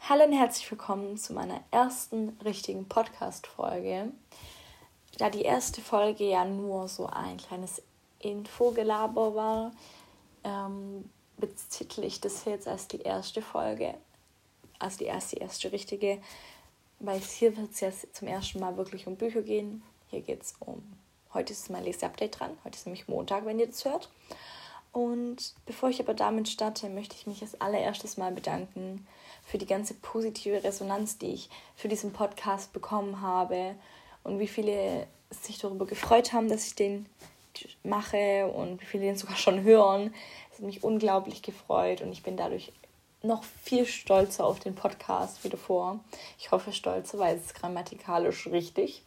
Hallo und herzlich willkommen zu meiner ersten richtigen Podcast-Folge. Da die erste Folge ja nur so ein kleines Infogelaber war, betitel ich das jetzt als die erste Folge, also die erste richtige, weil hier wird es jetzt zum ersten Mal wirklich um Bücher gehen. Hier geht es heute ist mein Leseupdate dran, heute ist nämlich Montag, wenn ihr das hört. Und bevor ich aber damit starte, möchte ich mich als allererstes mal bedanken für die ganze positive Resonanz, die ich für diesen Podcast bekommen habe und wie viele sich darüber gefreut haben, dass ich den mache und wie viele den sogar schon hören. Es hat mich unglaublich gefreut und ich bin dadurch noch viel stolzer auf den Podcast wie davor. Ich hoffe stolzer, weil es ist grammatikalisch richtig.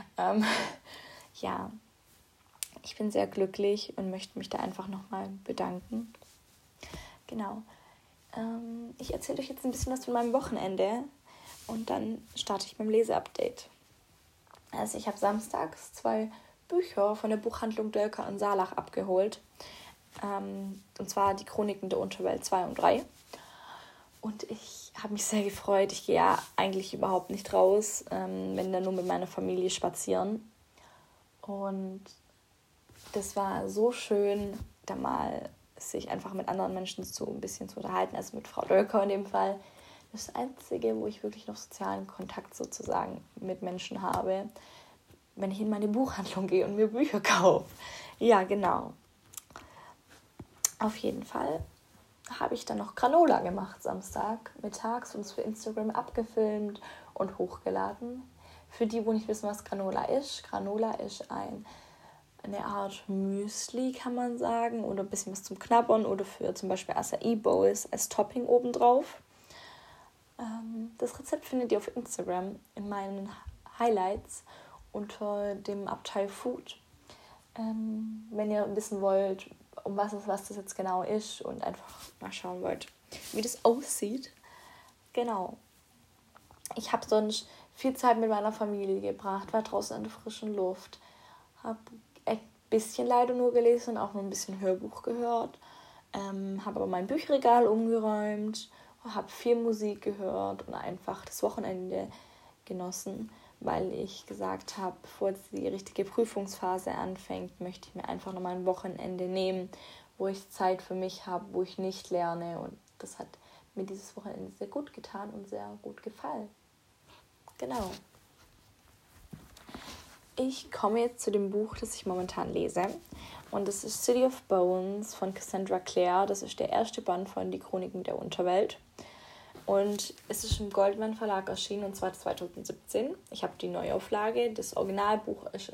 Ja, ich bin sehr glücklich und möchte mich da einfach nochmal bedanken. Genau. Ich erzähle euch jetzt ein bisschen was von meinem Wochenende und dann starte ich mit dem Leseupdate. Also ich habe samstags 2 Bücher von der Buchhandlung Dölker und Sarlach abgeholt. Und zwar die Chroniken der Unterwelt 2 und 3. Und ich habe mich sehr gefreut. Ich gehe ja eigentlich überhaupt nicht raus, wenn dann nur mit meiner Familie spazieren. Und das war so schön, da mal sich einfach mit anderen Menschen ein bisschen zu unterhalten, also mit Frau Dölker in dem Fall. Das ist das Einzige, wo ich wirklich noch sozialen Kontakt sozusagen mit Menschen habe, wenn ich in meine Buchhandlung gehe und mir Bücher kaufe. Ja, genau. Auf jeden Fall habe ich dann noch Granola gemacht Samstag mittags und es für Instagram abgefilmt und hochgeladen. Für die, wo nicht wissen, was Granola ist eine Art Müsli, kann man sagen, oder ein bisschen was zum Knabbern oder für zum Beispiel Acai Bowls als Topping obendrauf. Das Rezept findet ihr auf Instagram in meinen Highlights unter dem Abteil Food. Wenn ihr wissen wollt, was das jetzt genau ist und einfach mal schauen wollt, wie das aussieht. Genau. Ich habe sonst viel Zeit mit meiner Familie gebracht, war draußen in der frischen Luft, habe ein bisschen leider nur gelesen und auch nur ein bisschen Hörbuch gehört, habe aber mein Bücherregal umgeräumt, habe viel Musik gehört und einfach das Wochenende genossen, weil ich gesagt habe, bevor jetzt die richtige Prüfungsphase anfängt, möchte ich mir einfach nochmal ein Wochenende nehmen, wo ich Zeit für mich habe, wo ich nicht lerne, und das hat mir dieses Wochenende sehr gut getan und sehr gut gefallen. Genau. Ich komme jetzt zu dem Buch, das ich momentan lese. Und das ist City of Bones von Cassandra Clare. Das ist der erste Band von Die Chroniken der Unterwelt. Und es ist im Goldman Verlag erschienen, und zwar 2017. Ich habe die Neuauflage. Das Originalbuch ist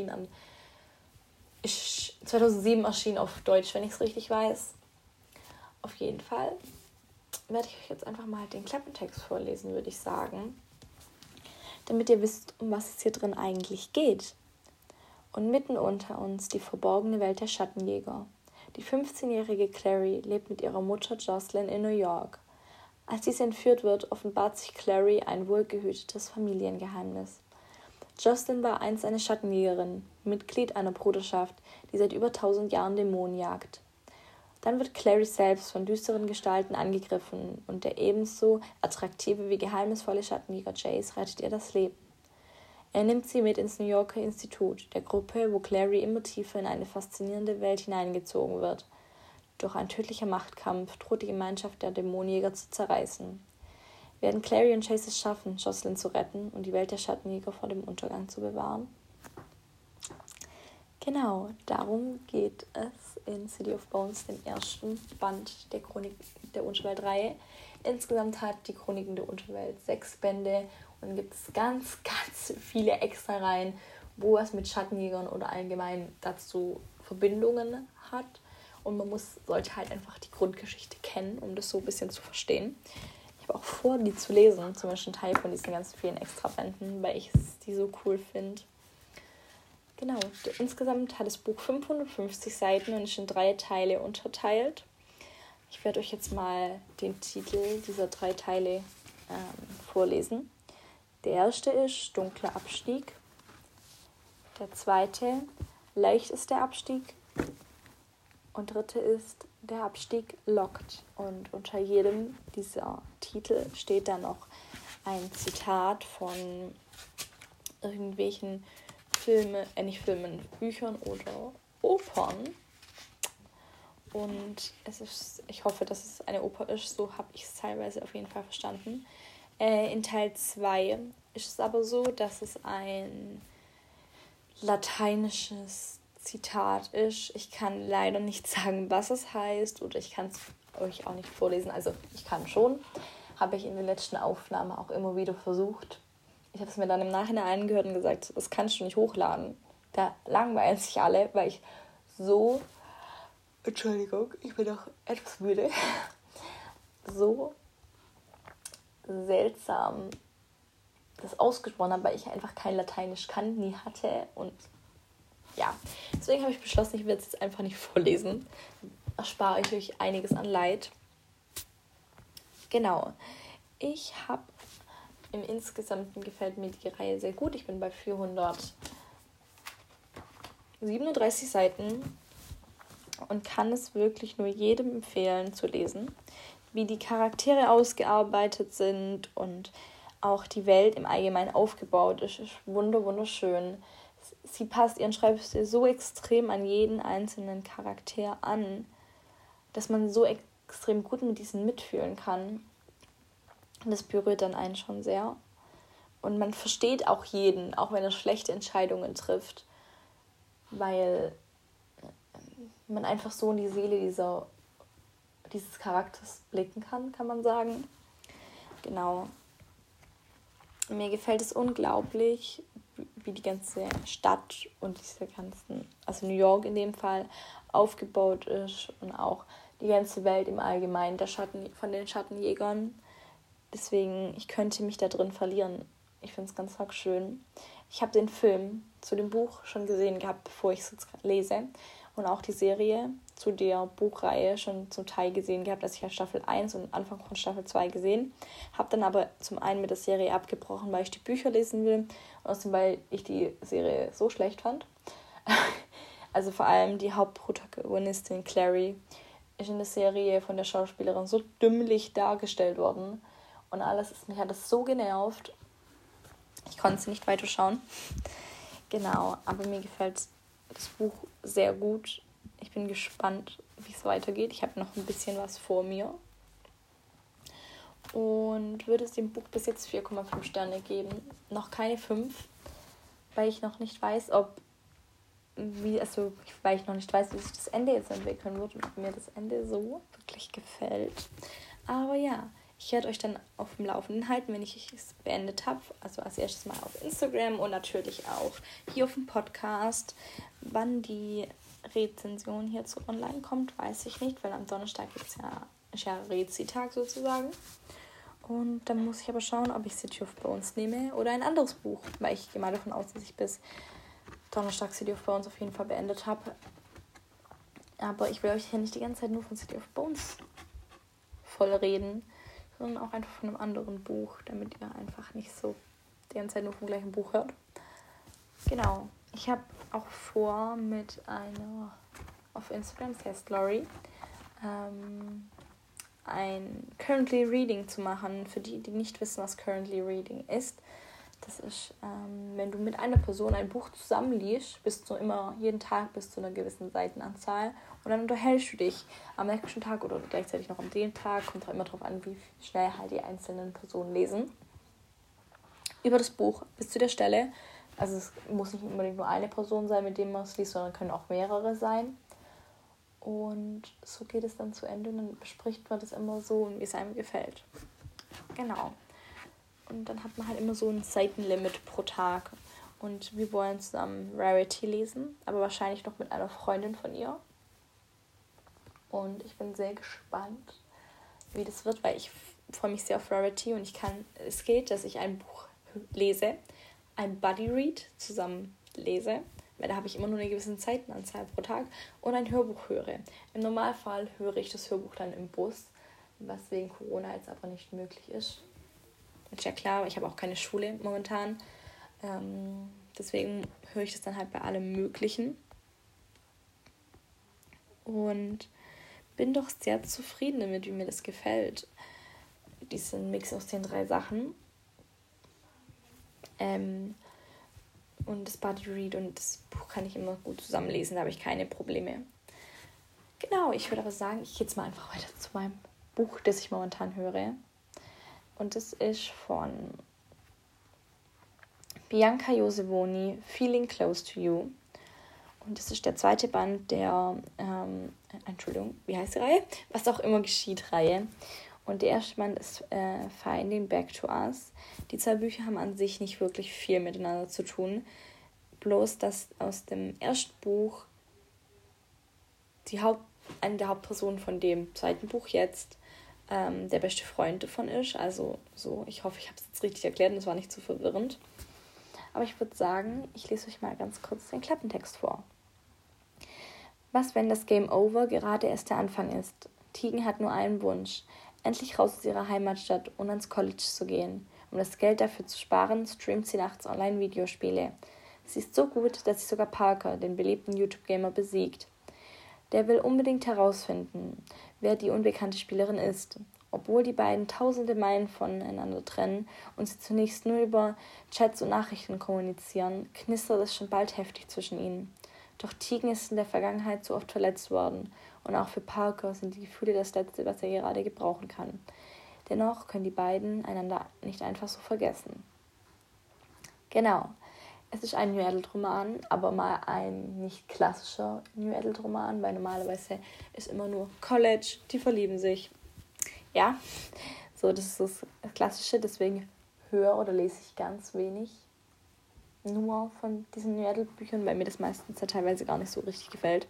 2007 erschienen auf Deutsch, wenn ich es richtig weiß. Auf jeden Fall werde ich euch jetzt einfach mal den Klappentext vorlesen, würde ich sagen, damit ihr wisst, um was es hier drin eigentlich geht. Und mitten unter uns die verborgene Welt der Schattenjäger. Die 15-jährige Clary lebt mit ihrer Mutter Jocelyn in New York. Als diese entführt wird, offenbart sich Clary ein wohlgehütetes Familiengeheimnis. Jocelyn war einst eine Schattenjägerin, Mitglied einer Bruderschaft, die seit über 1000 Jahren Dämonen jagt. Dann wird Clary selbst von düsteren Gestalten angegriffen und der ebenso attraktive wie geheimnisvolle Schattenjäger Jace rettet ihr das Leben. Er nimmt sie mit ins New Yorker Institut, der Gruppe, wo Clary immer tiefer in eine faszinierende Welt hineingezogen wird. Doch ein tödlicher Machtkampf droht die Gemeinschaft der Dämonenjäger zu zerreißen. Werden Clary und Jace es schaffen, Jocelyn zu retten und die Welt der Schattenjäger vor dem Untergang zu bewahren? Genau, darum geht es in City of Bones, dem ersten Band der Chronik der Unterwelt-Reihe. Insgesamt hat die Chroniken der Unterwelt 6 Bände und gibt es ganz, ganz viele Extra-Reihen, wo es mit Schattenjägern oder allgemein dazu Verbindungen hat. Und man sollte halt einfach die Grundgeschichte kennen, um das so ein bisschen zu verstehen. Ich habe auch vor, die zu lesen, zum Beispiel einen Teil von diesen ganz vielen Extra-Bänden, weil ich die so cool finde. Genau, insgesamt hat das Buch 550 Seiten und ist in 3 Teile unterteilt. Ich werde euch jetzt mal den Titel dieser 3 Teile vorlesen. Der erste ist Dunkler Abstieg. Der zweite, Leicht ist der Abstieg. Und dritte ist Der Abstieg lockt. Und unter jedem dieser Titel steht dann noch ein Zitat von irgendwelchen Büchern oder Opern. Und ich hoffe, dass es eine Oper ist, so habe ich es teilweise auf jeden Fall verstanden. In Teil 2 ist es aber so, dass es ein lateinisches Zitat ist. Ich kann leider nicht sagen, was es heißt, oder ich kann es euch auch nicht vorlesen. Also ich kann schon, habe ich in den letzten Aufnahmen auch immer wieder versucht. Ich habe es mir dann im Nachhinein angehört und gesagt, das kannst du nicht hochladen. Da langweilen sich alle, weil ich so, Entschuldigung, ich bin doch etwas müde, so seltsam das ausgesprochen habe, weil ich einfach kein Lateinisch kann, nie hatte. Und ja, deswegen habe ich beschlossen, ich werde es jetzt einfach nicht vorlesen. Erspare ich euch einiges an Leid. Genau. Ich habe im Insgesamten gefällt mir die Reihe sehr gut. Ich bin bei 437 Seiten und kann es wirklich nur jedem empfehlen zu lesen, wie die Charaktere ausgearbeitet sind und auch die Welt im Allgemeinen aufgebaut ist. Ist wunderschön. Sie passt ihren Schreibstil so extrem an jeden einzelnen Charakter an, dass man so extrem gut mit diesen mitfühlen kann. Und das berührt dann einen schon sehr. Und man versteht auch jeden, auch wenn er schlechte Entscheidungen trifft, weil man einfach so in die Seele dieses Charakters blicken kann man sagen. Genau. Mir gefällt es unglaublich, wie die ganze Stadt und also New York in dem Fall, aufgebaut ist und auch die ganze Welt im Allgemeinen von den Schattenjägern. Deswegen, ich könnte mich da drin verlieren. Ich finde es ganz schön. Ich habe den Film zu dem Buch schon gesehen gehabt, bevor ich es jetzt lese. Und auch die Serie zu der Buchreihe schon zum Teil gesehen gehabt. Also ich habe Staffel 1 und Anfang von Staffel 2 gesehen. Habe dann aber zum einen mit der Serie abgebrochen, weil ich die Bücher lesen will. Und außerdem, weil ich die Serie so schlecht fand. Also vor allem die Hauptprotagonistin Clary ist in der Serie von der Schauspielerin so dümmlich dargestellt worden. Und mich hat das so genervt. Ich konnte es nicht weiterschauen. Genau, aber mir gefällt das Buch sehr gut. Ich bin gespannt, wie es weitergeht. Ich habe noch ein bisschen was vor mir. Und würde es dem Buch bis jetzt 4,5 Sterne geben. Noch keine 5, weil ich noch nicht weiß, weil ich noch nicht weiß, wie sich das Ende jetzt entwickeln wird und ob mir das Ende so wirklich gefällt. Aber ja, ich werde euch dann auf dem Laufenden halten, wenn ich es beendet habe. Also als erstes mal auf Instagram und natürlich auch hier auf dem Podcast. Wann die Rezension hierzu online kommt, weiß ich nicht, weil am Donnerstag ist ja Rezi-Tag sozusagen. Und dann muss ich aber schauen, ob ich City of Bones nehme oder ein anderes Buch, weil ich gehe mal davon aus, dass ich bis Donnerstag City of Bones auf jeden Fall beendet habe. Aber ich will euch hier nicht die ganze Zeit nur von City of Bones voll reden, sondern auch einfach von einem anderen Buch, damit ihr einfach nicht so die ganze Zeit nur vom gleichen Buch hört. Genau. Ich habe auch vor, mit einer auf Instagram, das heißt Lori, ein Currently Reading zu machen. Für die nicht wissen, was Currently Reading ist. Das ist, wenn du mit einer Person ein Buch zusammenliest, bist du immer jeden Tag bis zu einer gewissen Seitenanzahl und dann unterhältst du dich am nächsten Tag oder gleichzeitig noch am den Tag, kommt auch immer darauf an, wie schnell halt die einzelnen Personen lesen, über das Buch bis zu der Stelle. Also es muss nicht unbedingt nur eine Person sein, mit dem man es liest, sondern können auch mehrere sein. Und so geht es dann zu Ende und dann bespricht man das immer so, wie es einem gefällt. Genau. Und dann hat man halt immer so ein Seitenlimit pro Tag. Und wir wollen zusammen Rarity lesen, aber wahrscheinlich noch mit einer Freundin von ihr. Und ich bin sehr gespannt, wie das wird, weil ich freue mich sehr auf Rarity und es geht, dass ich ein Buch lese, ein Buddy Read zusammen lese, weil da habe ich immer nur eine gewisse Seitenanzahl pro Tag und ein Hörbuch höre. Im Normalfall höre ich das Hörbuch dann im Bus, was wegen Corona jetzt aber nicht möglich ist. Ist ja klar, ich habe auch keine Schule momentan. Deswegen höre ich das dann halt bei allem Möglichen. Und bin doch sehr zufrieden damit, wie mir das gefällt. Diesen Mix aus den 3 Sachen. Und das Buddy Read und das Buch kann ich immer gut zusammenlesen, da habe ich keine Probleme. Genau, ich würde aber sagen, ich gehe jetzt mal einfach weiter zu meinem Buch, das ich momentan höre. Und das ist von Bianca Josevoni, Feeling Close to You. Und das ist der 2. Band der, wie heißt die Reihe? Was auch immer geschieht, Reihe. Und der erste Band ist Finding Back to Us. Die 2 Bücher haben an sich nicht wirklich viel miteinander zu tun. Bloß, dass aus dem ersten Buch eine der Hauptpersonen von dem 2. Buch jetzt der beste Freund davon ist. Also so, ich hoffe, ich habe es jetzt richtig erklärt und es war nicht zu verwirrend. Aber ich würde sagen, ich lese euch mal ganz kurz den Klappentext vor. Was, wenn das Game Over gerade erst der Anfang ist? Tegan hat nur einen Wunsch. Endlich raus aus ihrer Heimatstadt und ans College zu gehen. Um das Geld dafür zu sparen, streamt sie nachts Online-Videospiele. Sie ist so gut, dass sie sogar Parker, den beliebten YouTube-Gamer, besiegt. Der will unbedingt herausfinden, wer die unbekannte Spielerin ist. Obwohl die beiden tausende Meilen voneinander trennen und sie zunächst nur über Chats und Nachrichten kommunizieren, knistert es schon bald heftig zwischen ihnen. Doch Tegan ist in der Vergangenheit so oft verletzt worden und auch für Parker sind die Gefühle das Letzte, was er gerade gebrauchen kann. Dennoch können die beiden einander nicht einfach so vergessen. Genau, es ist ein New Adult Roman, aber mal ein nicht klassischer New Adult Roman, weil normalerweise ist immer nur College, die verlieben sich. Ja, so das ist das Klassische, deswegen höre oder lese ich ganz wenig nur von diesen New Adult Büchern, weil mir das meistens ja teilweise gar nicht so richtig gefällt.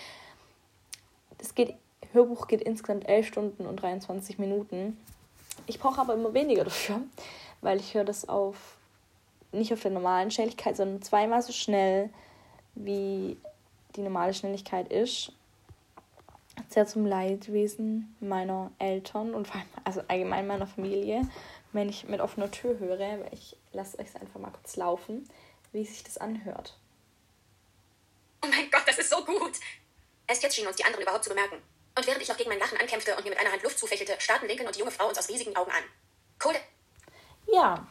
Hörbuch geht insgesamt 11 Stunden und 23 Minuten. Ich brauche aber immer weniger dafür, weil ich höre das nicht auf der normalen Schnelligkeit, sondern 2-mal so schnell, wie die normale Schnelligkeit ist. Sehr zum Leidwesen meiner Eltern und also allgemein meiner Familie, wenn ich mit offener Tür höre, weil ich lasse euch einfach mal kurz laufen, wie sich das anhört. Oh mein Gott, das ist so gut! Erst jetzt schienen uns die anderen überhaupt zu bemerken. Und während ich noch gegen mein Lachen ankämpfte und mir mit einer Hand Luft zufächelte, starrten Lincoln und die junge Frau uns aus riesigen Augen an. Kohle. Ja.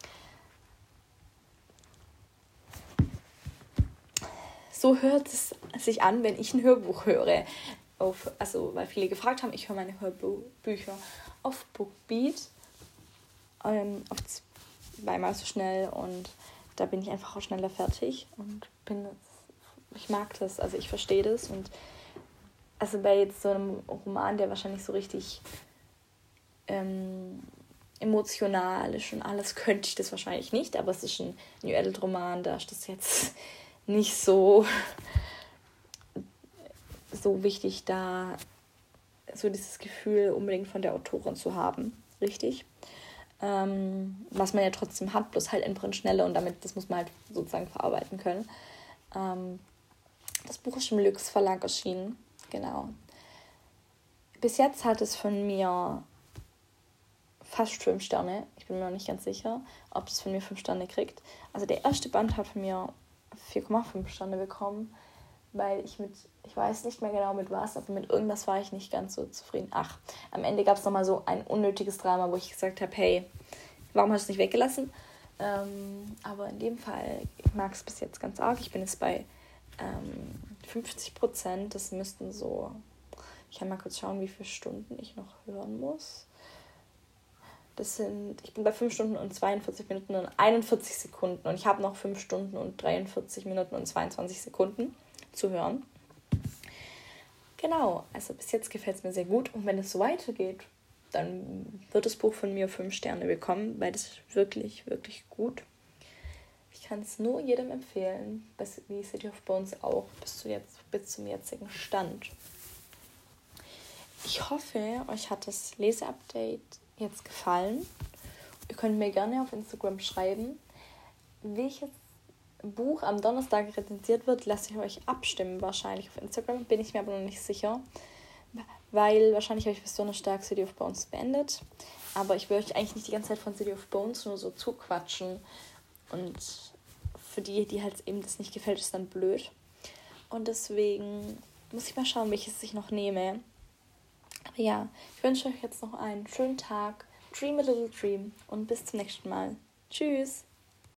So hört es sich an, wenn ich ein Hörbuch höre. Weil viele gefragt haben, ich höre meine Hörbücher auf Bookbeat. Auf 2-mal so schnell und da bin ich einfach auch schneller fertig und ich mag das, also ich verstehe das und also bei jetzt so einem Roman, der wahrscheinlich so richtig emotional ist und alles, könnte ich das wahrscheinlich nicht, aber es ist ein New Adult Roman, da ist das jetzt nicht so wichtig, da so dieses Gefühl unbedingt von der Autorin zu haben, richtig? Was man ja trotzdem hat, bloß halt einfach schneller und das muss man halt sozusagen verarbeiten können. Das Buch ist im Lüx Verlag erschienen, genau. Bis jetzt hat es von mir fast 5 Sterne. Ich bin mir noch nicht ganz sicher, ob es von mir 5 Sterne kriegt. Also der erste Band hat von mir 4,5 Sterne bekommen, weil ich weiß nicht mehr genau mit was, aber mit irgendwas war ich nicht ganz so zufrieden. Am Ende gab es nochmal so ein unnötiges Drama, wo ich gesagt habe, hey, warum hast du es nicht weggelassen? Aber in dem Fall, ich mag es bis jetzt ganz arg. Ich bin jetzt bei 50%. Das müssten so, ich kann mal kurz schauen, wie viele Stunden ich noch hören muss. Ich bin bei 5 Stunden und 42 Minuten und 41 Sekunden und ich habe noch 5 Stunden und 43 Minuten und 22 Sekunden zu hören. Genau, also bis jetzt gefällt es mir sehr gut und wenn es so weitergeht, dann wird das Buch von mir 5 Sterne bekommen, weil das ist wirklich, wirklich gut. Ich kann es nur jedem empfehlen, wie City of Bones auch, bis zum jetzigen Stand. Ich hoffe, euch hat das Leseupdate jetzt gefallen. Ihr könnt mir gerne auf Instagram schreiben, welches Buch am Donnerstag rezensiert wird, lasse ich euch abstimmen, wahrscheinlich auf Instagram, bin ich mir aber noch nicht sicher, weil wahrscheinlich habe ich bis Donnerstag City of Bones beendet, aber ich will euch eigentlich nicht die ganze Zeit von City of Bones nur so zuquatschen und für die halt eben das nicht gefällt, ist dann blöd und deswegen muss ich mal schauen, welches ich noch nehme. Aber ja, ich wünsche euch jetzt noch einen schönen Tag. Dream a little dream und bis zum nächsten Mal. Tschüss!